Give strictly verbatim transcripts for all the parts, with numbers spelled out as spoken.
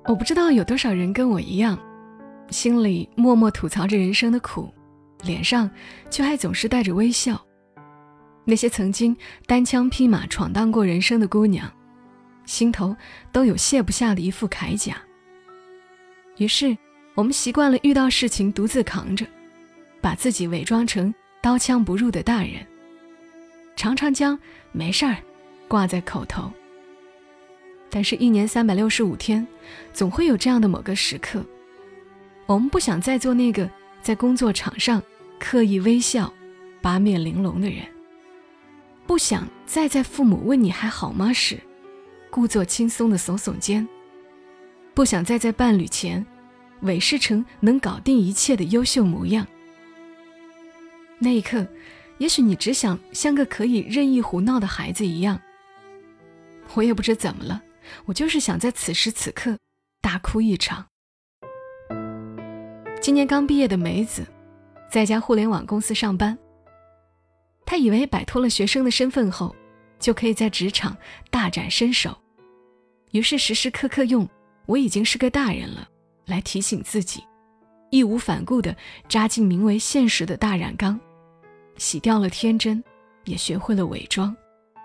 我不知道有多少人跟我一样，心里默默吐槽着人生的苦，脸上却还总是带着微笑。那些曾经单枪匹马闯荡过人生的姑娘，心头都有卸不下的一副铠甲。于是我们习惯了遇到事情独自扛着，把自己伪装成刀枪不入的大人，常常将没事儿挂在口头。但是一年三百六十五天，总会有这样的某个时刻，我们不想再做那个在工作场上刻意微笑八面玲珑的人，不想再在父母问你还好吗时故作轻松的耸耸肩，不想再在伴侣前伪饰成能搞定一切的优秀模样。那一刻，也许你只想像个可以任意胡闹的孩子一样。我也不知怎么了，我就是想在此时此刻大哭一场。今年刚毕业的梅子在一家互联网公司上班，她以为摆脱了学生的身份后就可以在职场大展身手，于是时时刻刻用我已经是个大人了来提醒自己，义无反顾地扎进名为现实的大染缸，洗掉了天真，也学会了伪装。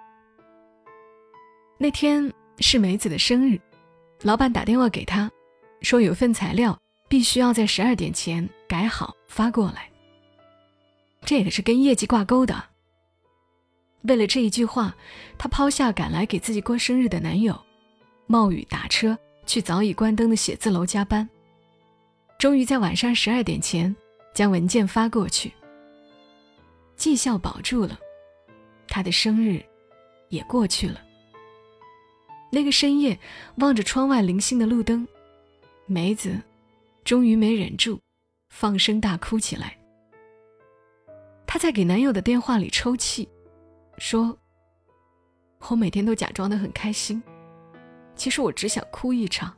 那天是梅子的生日，老板打电话给她，说有份材料必须要在十二点前改好发过来，这可是跟业绩挂钩的。为了这一句话，她抛下赶来给自己过生日的男友，冒雨打车去早已关灯的写字楼加班，终于在晚上十二点前将文件发过去。绩效保住了，她的生日也过去了。那个深夜，望着窗外零星的路灯，梅子终于没忍住，放声大哭起来。她在给男友的电话里抽泣，说：我每天都假装得很开心，其实我只想哭一场。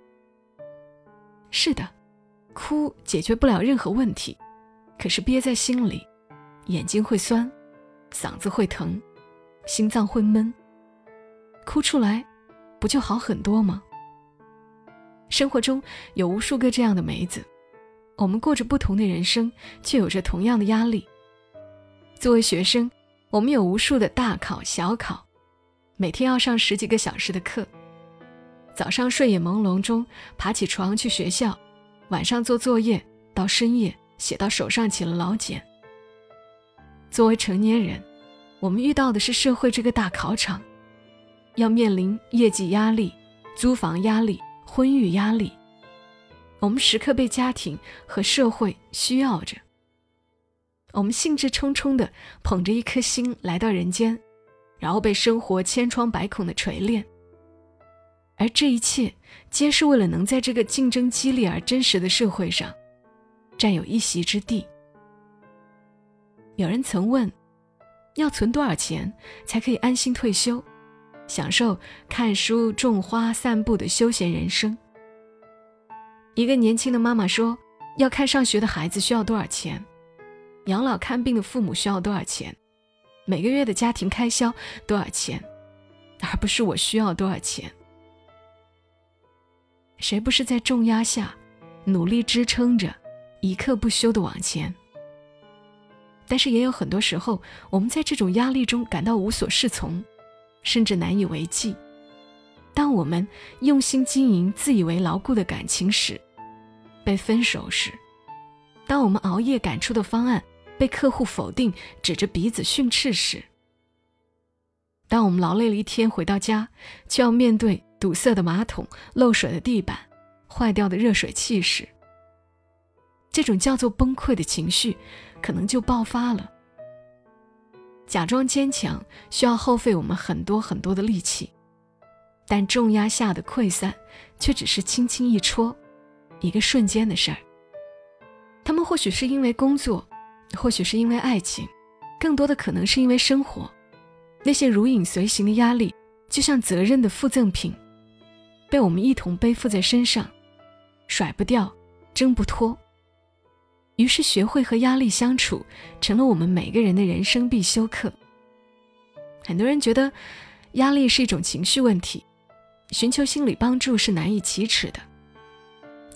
是的，哭解决不了任何问题，可是憋在心里，眼睛会酸，嗓子会疼，心脏会闷，哭出来不就好很多吗？生活中有无数个这样的梅子，我们过着不同的人生，却有着同样的压力。作为学生，我们有无数的大考小考，每天要上十几个小时的课，早上睡眼朦胧中爬起床去学校，晚上做作业到深夜写到手上起了老茧。作为成年人，我们遇到的是社会这个大考场，要面临业绩压力、租房压力、婚育压力，我们时刻被家庭和社会需要着。我们兴致冲冲地捧着一颗心来到人间，然后被生活千疮百孔的锤炼。而这一切皆是为了能在这个竞争激烈而真实的社会上占有一席之地。有人曾问，要存多少钱才可以安心退休，享受看书、种花、散步的休闲人生？一个年轻的妈妈说，要看上学的孩子需要多少钱，养老看病的父母需要多少钱，每个月的家庭开销多少钱，而不是我需要多少钱。谁不是在重压下努力支撑着，一刻不休地往前？但是也有很多时候，我们在这种压力中感到无所适从，甚至难以为继。当我们用心经营自以为牢固的感情时，被分手时；当我们熬夜赶出的方案被客户否定，指着鼻子训斥时；当我们劳累了一天回到家，却要面对堵塞的马桶、漏水的地板、坏掉的热水器时，这种叫做崩溃的情绪可能就爆发了。假装坚强需要耗费我们很多很多的力气，但重压下的溃散却只是轻轻一戳，一个瞬间的事儿。他们或许是因为工作，或许是因为爱情，更多的可能是因为生活。那些如影随形的压力，就像责任的附赠品，被我们一同背负在身上，甩不掉，挣不脱。于是学会和压力相处，成了我们每个人的人生必修课。很多人觉得压力是一种情绪问题，寻求心理帮助是难以启齿的。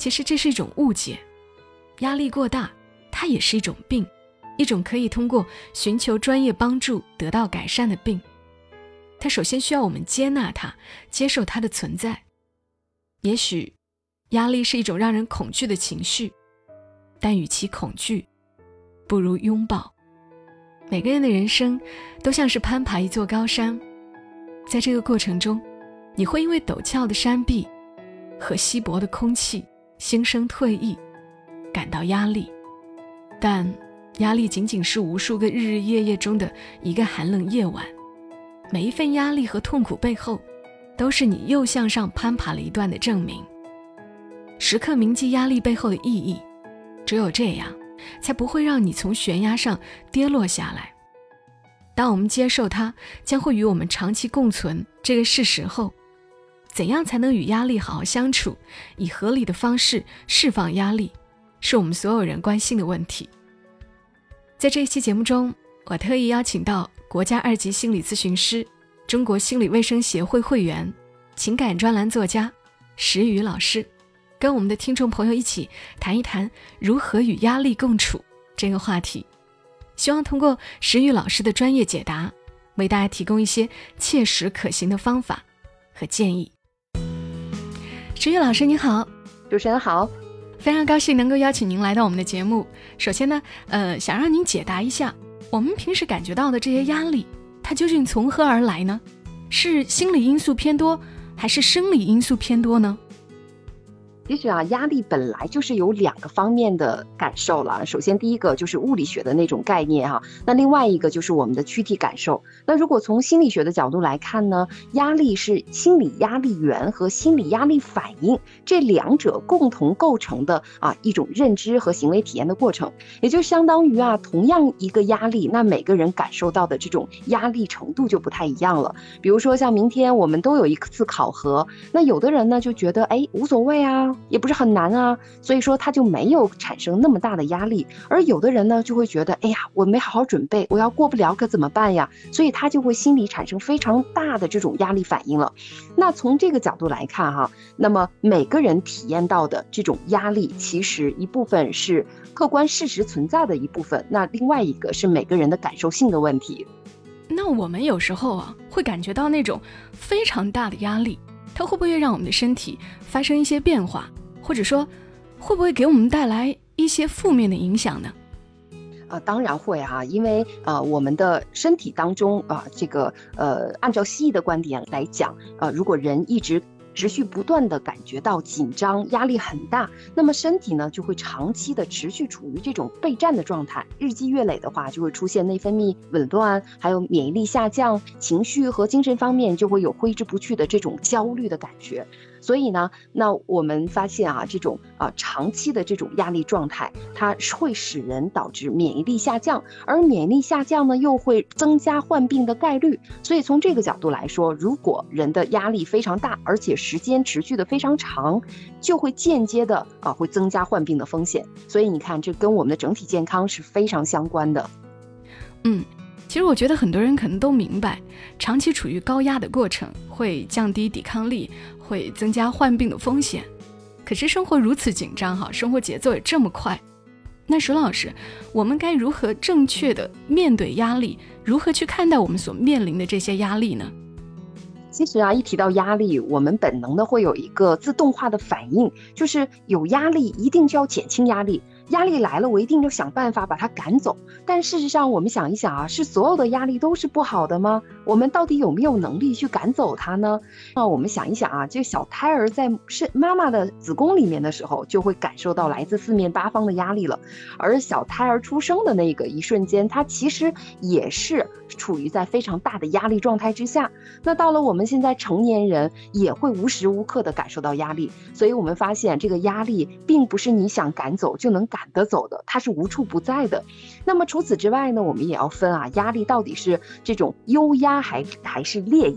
其实这是一种误解。压力过大，它也是一种病，一种可以通过寻求专业帮助得到改善的病。它首先需要我们接纳它，接受它的存在。也许压力是一种让人恐惧的情绪，但与其恐惧，不如拥抱。每个人的人生都像是攀爬一座高山，在这个过程中，你会因为陡峭的山壁和稀薄的空气心生退意，感到压力。但压力仅仅是无数个日日夜夜中的一个寒冷夜晚，每一份压力和痛苦背后，都是你又向上攀爬了一段的证明。时刻铭记压力背后的意义，只有这样，才不会让你从悬崖上跌落下来。当我们接受它将会与我们长期共存这个事实后，怎样才能与压力好好相处，以合理的方式释放压力，是我们所有人关心的问题。在这一期节目中，我特意邀请到国家二级心理咨询师、中国心理卫生协会会员、情感专栏作家石宇老师，跟我们的听众朋友一起谈一谈如何与压力共处这个话题。希望通过石宇老师的专业解答，为大家提供一些切实可行的方法和建议。石宇老师你好。 主持人好， 非常高兴能够邀请您来到我们的节目。首先呢，呃，想让您解答一下，我们平时感觉到的这些压力，它究竟从何而来呢？是心理因素偏多，还是生理因素偏多呢？ 其实啊，压力本来就是有两个方面的感受了。首先第一个就是物理学的那种概念哈、啊，那另外一个就是我们的躯体感受。那如果从心理学的角度来看呢，压力是心理压力源和心理压力反应这两者共同构成的啊一种认知和行为体验的过程。也就相当于啊，同样一个压力，那每个人感受到的这种压力程度就不太一样了。比如说像明天我们都有一次考核，那有的人呢就觉得哎无所谓啊，也不是很难啊，所以说他就没有产生那么大的压力。而有的人呢就会觉得哎呀，我没好好准备，我要过不了可怎么办呀，所以他就会心里产生非常大的这种压力反应了。那从这个角度来看哈，那么每个人体验到的这种压力，其实一部分是客观事实存在的一部分，那另外一个是每个人的感受性的问题。 那我们有时候啊，会感觉到那种非常大的压力，它会不会让我们的身体发生一些变化，或者说会不会给我们带来一些负面的影响呢？ 呃，当然会啊，因为呃，我们的身体当中啊、呃，这个呃，按照西医的观点来讲，呃，如果人一直持续不断的感觉到紧张、压力很大，那么身体呢就会长期的持续处于这种备战的状态，日积月累的话，就会出现内分泌紊乱，还有免疫力下降，情绪和精神方面就会有挥之不去的这种焦虑的感觉。所以呢，那我们发现啊，这种啊、呃、长期的这种压力状态，它会使人导致免疫力下降，而免疫力下降呢，又会增加患病的概率。所以从这个角度来说，如果人的压力非常大，而且时间持续的非常长，就会间接的啊会增加患病的风险。所以你看，这跟我们的整体健康是非常相关的。 嗯。其实我觉得很多人可能都明白，长期处于高压的过程会降低抵抗力，会增加患病的风险。可是生活如此紧张哈，生活节奏也这么快，那石老师，我们该如何正确的面对压力，如何去看待我们所面临的这些压力呢？ 其实啊，一提到压力，我们本能的会有一个自动化的反应，就是有压力一定就要减轻压力，压力来了我一定就想办法把它赶走。但事实上我们想一想啊，是所有的压力都是不好的吗？我们到底有没有能力去赶走它呢？那我们想一想啊，这小胎儿在是妈妈的子宫里面的时候，就会感受到来自四面八方的压力了。而小胎儿出生的那个一瞬间，他其实也是处于在非常大的压力状态之下。那到了我们现在成年人，也会无时无刻的感受到压力。所以我们发现这个压力并不是你想赶走就能赶得走的，它是无处不在的。那么除此之外呢，我们也要分啊，压力到底是这种优压还还是劣压。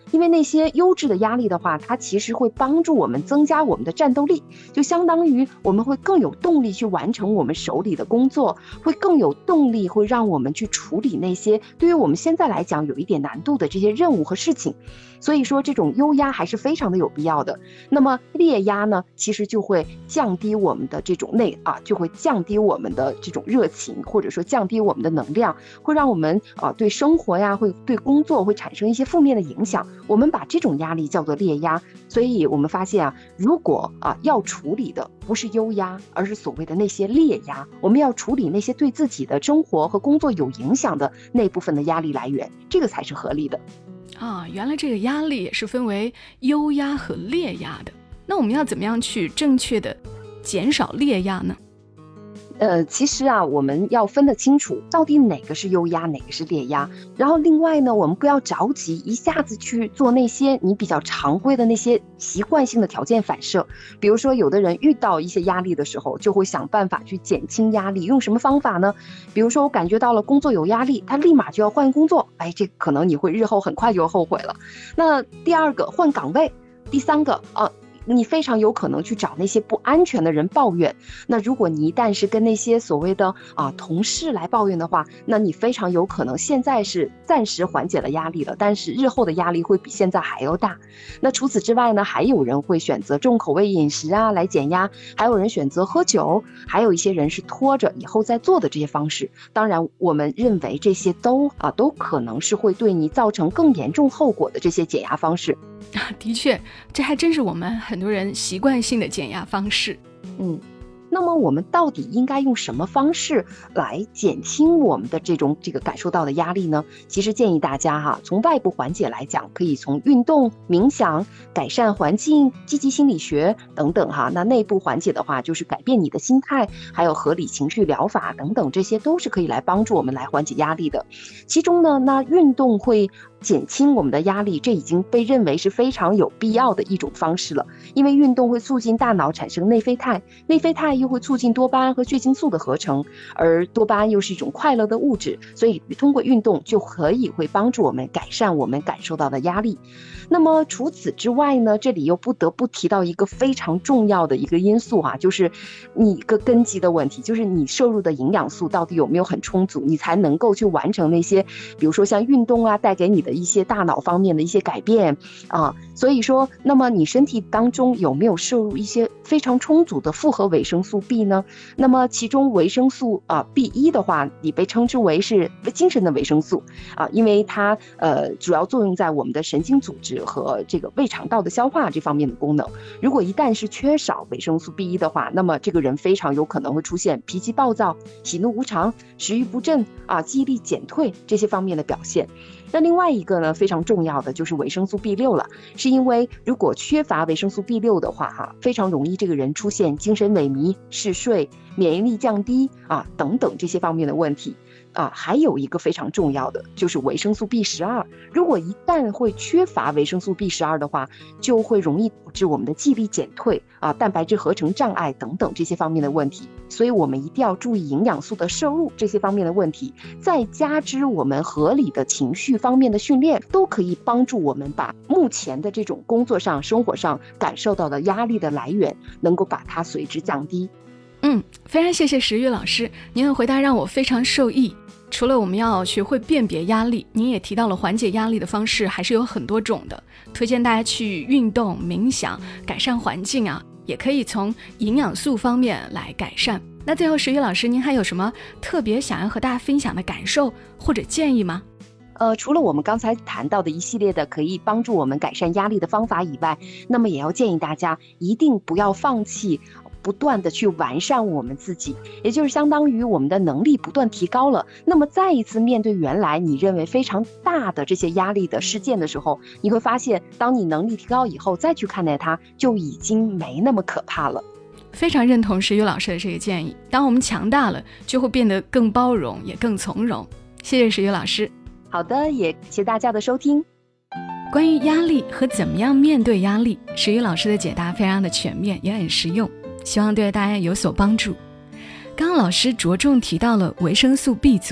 因为那些优质的压力的话，它其实会帮助我们增加我们的战斗力，就相当于我们会更有动力去完成我们手里的工作，会更有动力会让我们去处理那些对于我们现在来讲有一点难度的这些任务和事情。所以说这种优压还是非常的有必要的。那么劣压呢，其实就会降低我们的这种内啊，就会降低我们的这种热情，或者说降低我们的能量，会让我们啊对生活呀，会对工作会产生一些负面的影响。我们把这种压力叫做劣压。所以我们发现啊，如果啊要处理的不是优压，而是所谓的那些劣压，我们要处理那些对自己的生活和工作有影响的那部分的压力来源，这个才是合理的。 啊，原来这个压力也是分为优压和劣压的。那我们要怎么样去正确的减少劣压呢？ 呃，其实啊，我们要分得清楚，到底哪个是优压，哪个是劣压。然后另外呢，我们不要着急一下子去做那些你比较常规的那些习惯性的条件反射。比如说，有的人遇到一些压力的时候，就会想办法去减轻压力，用什么方法呢？比如说，我感觉到了工作有压力，他立马就要换工作，哎，这可能你会日后很快就后悔了。那第二个，换岗位；第三个，呃。你非常有可能去找那些不安全的人抱怨。那如果你一旦是跟那些所谓的啊同事来抱怨的话，那你非常有可能现在是暂时缓解了压力了，但是日后的压力会比现在还要大。那除此之外呢，还有人会选择重口味饮食啊来减压，还有人选择喝酒，还有一些人是拖着以后再做的这些方式。当然，我们认为这些都啊都可能是会对你造成更严重后果的这些减压方式。 的确，这还真是我们很多人习惯性的减压方式。 嗯，那么我们到底应该用什么方式来减轻我们的这种这个感受到的压力呢？其实建议大家哈，从外部缓解来讲，可以从运动、冥想、改善环境、积极心理学等等哈。那内部缓解的话，就是改变你的心态，还有合理情绪疗法等等，这些都是可以来帮助我们来缓解压力的。其中呢，那运动会减轻我们的压力，这已经被认为是非常有必要的一种方式了。因为运动会促进大脑产生内啡肽，内啡肽又会促进多巴胺和血清素的合成，而多巴胺又是一种快乐的物质，所以通过运动就可以会帮助我们改善我们感受到的压力。那么除此之外呢，这里又不得不提到一个非常重要的一个因素哈、啊，就是你一个根基的问题，就是你摄入的营养素到底有没有很充足，你才能够去完成那些比如说像运动啊带给你的一些大脑方面的一些改变啊。所以说，那么你身体当中有没有摄入一些非常充足的复合维生素 B 呢？那么其中维生素啊 B 一 的话，你被称之为是精神的维生素啊，因为它呃主要作用在我们的神经组织和这个胃肠道的消化这方面的功能。如果一旦是缺少维生素 B 一 的话，那么这个人非常有可能会出现脾气暴躁、喜怒无常、食欲不振啊、记忆力减退这些方面的表现。那另外一个呢，非常重要的就是维生素 B 六 了，是因为如果缺乏维生素 B 六 的话哈，非常容易这个人出现精神萎靡、嗜睡、免疫力降低啊等等这些方面的问题。啊，还有一个非常重要的就是维生素 B 十二， 如果一旦会缺乏维生素 B 十二 的话，就会容易导致我们的记忆力减退啊、蛋白质合成障碍等等这些方面的问题。所以我们一定要注意营养素的摄入这些方面的问题，再加之我们合理的情绪方面的训练，都可以帮助我们把目前的这种工作上、生活上感受到的压力的来源，能够把它随之降低。 嗯，非常谢谢石玉老师，您的回答让我非常受益。除了我们要学会辨别压力，您也提到了缓解压力的方式还是有很多种的，推荐大家去运动、冥想、改善环境啊，也可以从营养素方面来改善。那最后石玉老师，您还有什么特别想要和大家分享的感受或者建议吗？ 呃，除了我们刚才谈到的一系列的可以帮助我们改善压力的方法以外，那么也要建议大家一定不要放弃不断的去完善我们自己，也就是相当于我们的能力不断提高了，那么再一次面对原来你认为非常大的这些压力的事件的时候，你会发现当你能力提高以后再去看待它，就已经没那么可怕了。 非常认同石玉老师的这个建议，当我们强大了，就会变得更包容，也更从容。谢谢石玉老师。 好的，也谢谢大家的收听。 关于压力和怎么样面对压力，石玉老师的解答非常的全面，也很实用，希望对大家有所帮助。刚刚老师着重提到了维生素 B 族，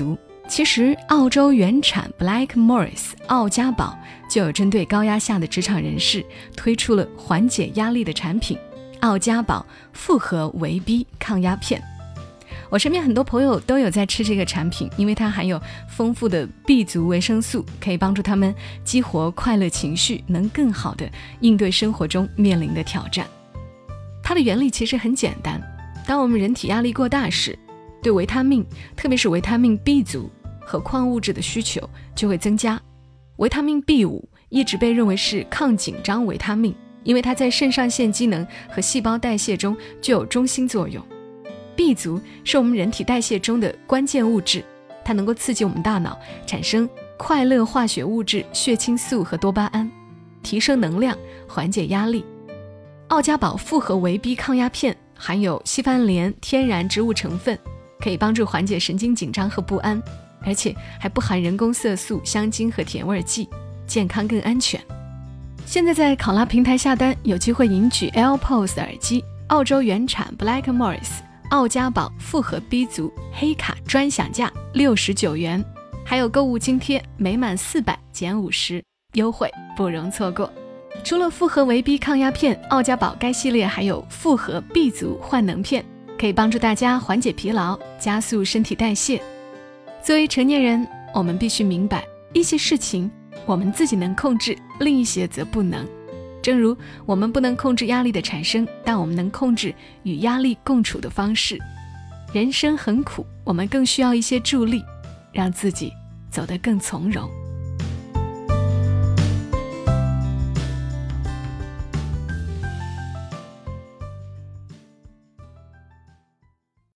其实澳洲原产 Black Morris 澳家宝就有针对高压下的职场人士推出了缓解压力的产品澳家宝复合维 B 抗压片。我身边很多朋友都有在吃这个产品，因为它含有丰富的 B 族维生素，可以帮助他们激活快乐情绪，能更好地应对生活中面临的挑战。它的原理其实很简单，当我们人体压力过大时，对维他命，特别是维他命 B 族和矿物质的需求就会增加。维他命 B 五 一直被认为是抗紧张维他命，因为它在肾上腺机能和细胞代谢中具有中心作用。B 族是我们人体代谢中的关键物质，它能够刺激我们大脑产生快乐化学物质血清素和多巴胺，提升能量，缓解压力。澳家宝复合维 B 抗压片含有西番莲天然植物成分，可以帮助缓解神经紧张和不安，而且还不含人工色素、香精和甜味剂，健康更安全。现在在考拉平台下单，有机会赢取 AirPods 耳机，澳洲原产 Black Morris 澳家宝复合 B 族黑卡专享价六十九元，还有购物津贴，每满四百减五十，优惠不容错过。除了复合维 B 抗压片，澳家宝该系列还有复合 B 族焕能片，可以帮助大家缓解疲劳，加速身体代谢。作为成年人，我们必须明白，一些事情我们自己能控制，另一些则不能。正如我们不能控制压力的产生，但我们能控制与压力共处的方式。人生很苦，我们更需要一些助力，让自己走得更从容。